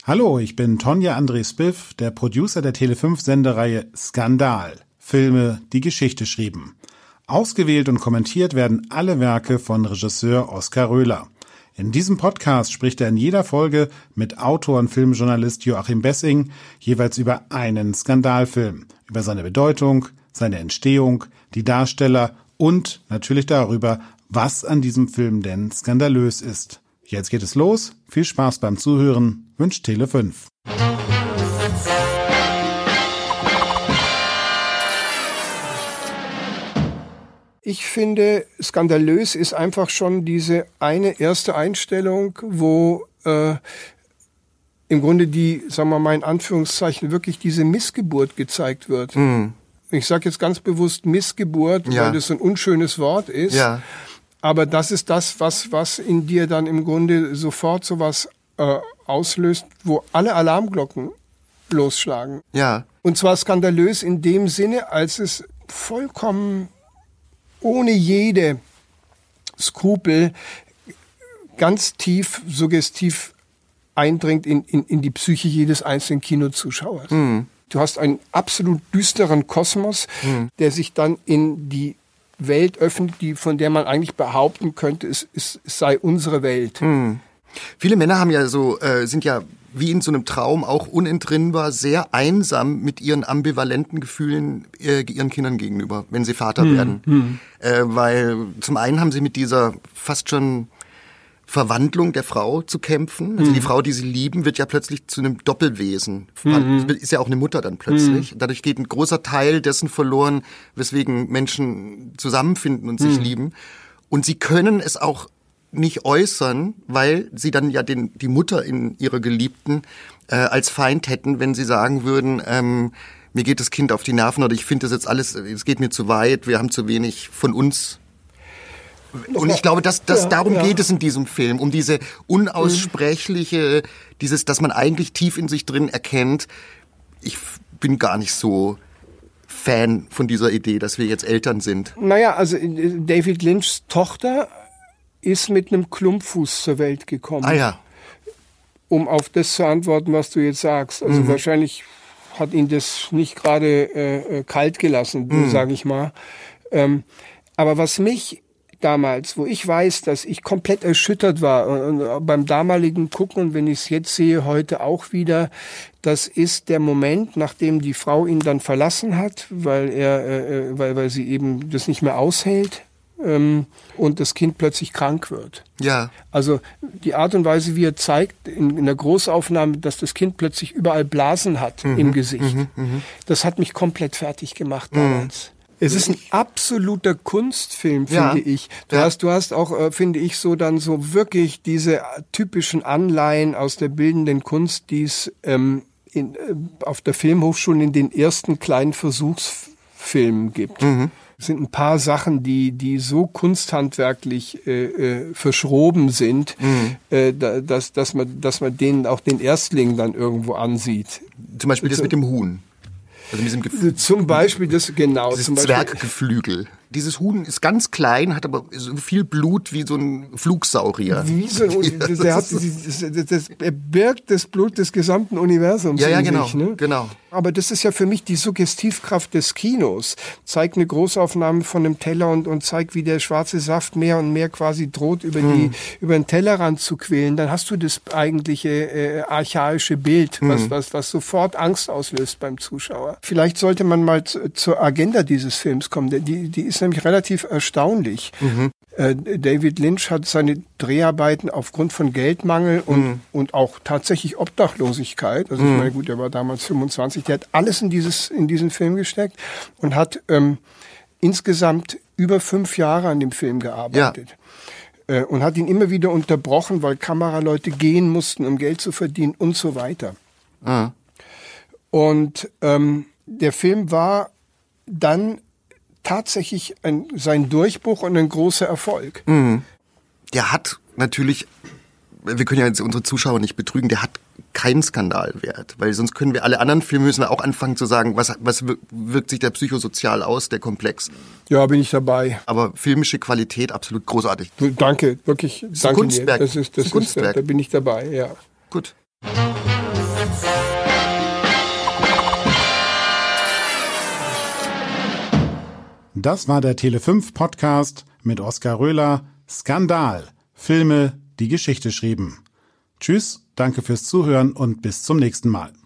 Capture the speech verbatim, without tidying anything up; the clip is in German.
Hallo, ich bin Tonja André Spiff, der Producer der Tele fünf Sendereihe Skandal. Filme, die Geschichte schrieben. Ausgewählt und kommentiert werden alle Werke von Regisseur Oskar Röhler. In diesem Podcast spricht er in jeder Folge mit Autor und Filmjournalist Joachim Bessing jeweils über einen Skandalfilm, über seine Bedeutung, seine Entstehung, die Darsteller und natürlich darüber, was an diesem Film denn skandalös ist. Jetzt geht es los. Viel Spaß beim Zuhören. Wünscht Tele fünf. Ich finde, skandalös ist einfach schon diese eine erste Einstellung, wo äh, im Grunde die, sagen wir mal in Anführungszeichen, wirklich diese Missgeburt gezeigt wird. Mhm. Ich sage jetzt ganz bewusst Missgeburt, ja. weil das so ein unschönes Wort ist. Ja. Aber das ist das, was, was in dir dann im Grunde sofort sowas äh, auslöst, wo alle Alarmglocken losschlagen. Ja. Und zwar skandalös in dem Sinne, als es vollkommen ohne jede Skrupel ganz tief, suggestiv eindringt in, in, in die Psyche jedes einzelnen Kinozuschauers. Mhm. Du hast einen absolut düsteren Kosmos, mhm. der sich dann in die Welt öffnet, die, von der man eigentlich behaupten könnte, es, es, es sei unsere Welt. Hm. Viele Männer haben ja so, äh, sind ja wie in so einem Traum auch unentrinnbar sehr einsam mit ihren ambivalenten Gefühlen äh, ihren Kindern gegenüber, wenn sie Vater hm. werden. Hm. Äh, weil zum einen haben sie mit dieser fast schon Verwandlung der Frau zu kämpfen. Also mhm. die Frau, die sie lieben, wird ja plötzlich zu einem Doppelwesen. Mhm. Ist ja auch eine Mutter dann plötzlich. Mhm. Dadurch geht ein großer Teil dessen verloren, weswegen Menschen zusammenfinden und sich mhm. lieben. Und sie können es auch nicht äußern, weil sie dann ja den, die Mutter in ihrer Geliebten äh, als Feind hätten, wenn sie sagen würden, ähm, mir geht das Kind auf die Nerven oder ich finde das jetzt alles, es geht mir zu weit, wir haben zu wenig von uns. Und ich glaube, dass, dass ja, darum ja. geht es in diesem Film, um diese unaussprechliche, dieses, dass man eigentlich tief in sich drin erkennt, ich bin gar nicht so Fan von dieser Idee, dass wir jetzt Eltern sind. Naja, also David Lynchs Tochter ist mit einem Klumpfuß zur Welt gekommen. Ah ja. Um auf das zu antworten, was du jetzt sagst. Also mhm. wahrscheinlich hat ihn das nicht gerade äh, kalt gelassen, mhm. sage ich mal. Ähm, aber was mich damals, wo ich weiß, dass ich komplett erschüttert war und beim damaligen Gucken und wenn ich es jetzt sehe, heute auch wieder, das ist der Moment, nachdem die Frau ihn dann verlassen hat, weil er, äh, weil, weil sie eben das nicht mehr aushält ähm, und das Kind plötzlich krank wird. Ja. Also die Art und Weise, wie er zeigt in, in der Großaufnahme, dass das Kind plötzlich überall Blasen hat mhm. im Gesicht, mhm. Mhm. das hat mich komplett fertig gemacht damals. Mhm. Es ist ein absoluter Kunstfilm, finde ja. ich. Du ja. hast, du hast auch, äh, finde ich, so dann so wirklich diese typischen Anleihen aus der bildenden Kunst, die es ähm, in, äh, auf der Filmhochschule in den ersten kleinen Versuchsfilmen gibt. Mhm. Es sind ein paar Sachen, die, die so kunsthandwerklich äh, äh, verschroben sind, mhm. äh, dass, dass man, dass man denen auch den Erstling dann irgendwo ansieht. Zum Beispiel das mit dem Huhn. Also mit diesem Gef- zum Beispiel das, genau. Dieses zum Beispiel Zwerggeflügel. Dieses Huhn ist ganz klein, hat aber so viel Blut wie so ein Flugsaurier. Wie so, das, der hat, das, das, er birgt das Blut des gesamten Universums ja, ja, in genau, sich. Ne? genau. Aber das ist ja für mich die Suggestivkraft des Kinos. Zeigt eine Großaufnahme von einem Teller und, und zeigt, wie der schwarze Saft mehr und mehr quasi droht, über, hm. die, über den Tellerrand zu quälen. Dann hast du das eigentliche äh, archaische Bild, hm. was, was, was sofort Angst auslöst beim Zuschauer. Vielleicht sollte man mal zu, zur Agenda dieses Films kommen. Die, die ist nämlich relativ erstaunlich. Mhm. Äh, David Lynch hat seine Dreharbeiten aufgrund von Geldmangel und, mhm. und auch tatsächlich Obdachlosigkeit, also mhm. ich meine, gut, der war damals fünfundzwanzig, der hat alles in dieses in diesen Film gesteckt und hat ähm, insgesamt über fünf Jahre an dem Film gearbeitet. Ja. Äh, und hat ihn immer wieder unterbrochen, weil Kameraleute gehen mussten, um Geld zu verdienen und so weiter. Mhm. Und ähm, der Film war dann tatsächlich ein, sein Durchbruch und ein großer Erfolg. Mhm. Der hat natürlich, wir können ja jetzt unsere Zuschauer nicht betrügen, der hat keinen Skandalwert, weil sonst können wir alle anderen Filme, müssen wir auch anfangen zu sagen, was, was wirkt sich der psychosozial aus, der Komplex. Ja, bin ich dabei. Aber filmische Qualität absolut großartig. Danke, wirklich. Das ist danke ein Kunstwerk. Dir. Das ist, das das ist ein Kunstwerk. Ist, da bin ich dabei, ja. Gut. Das war der Tele fünf Podcast mit Oskar Röhler. Skandal. Filme, die Geschichte schrieben. Tschüss, danke fürs Zuhören und bis zum nächsten Mal.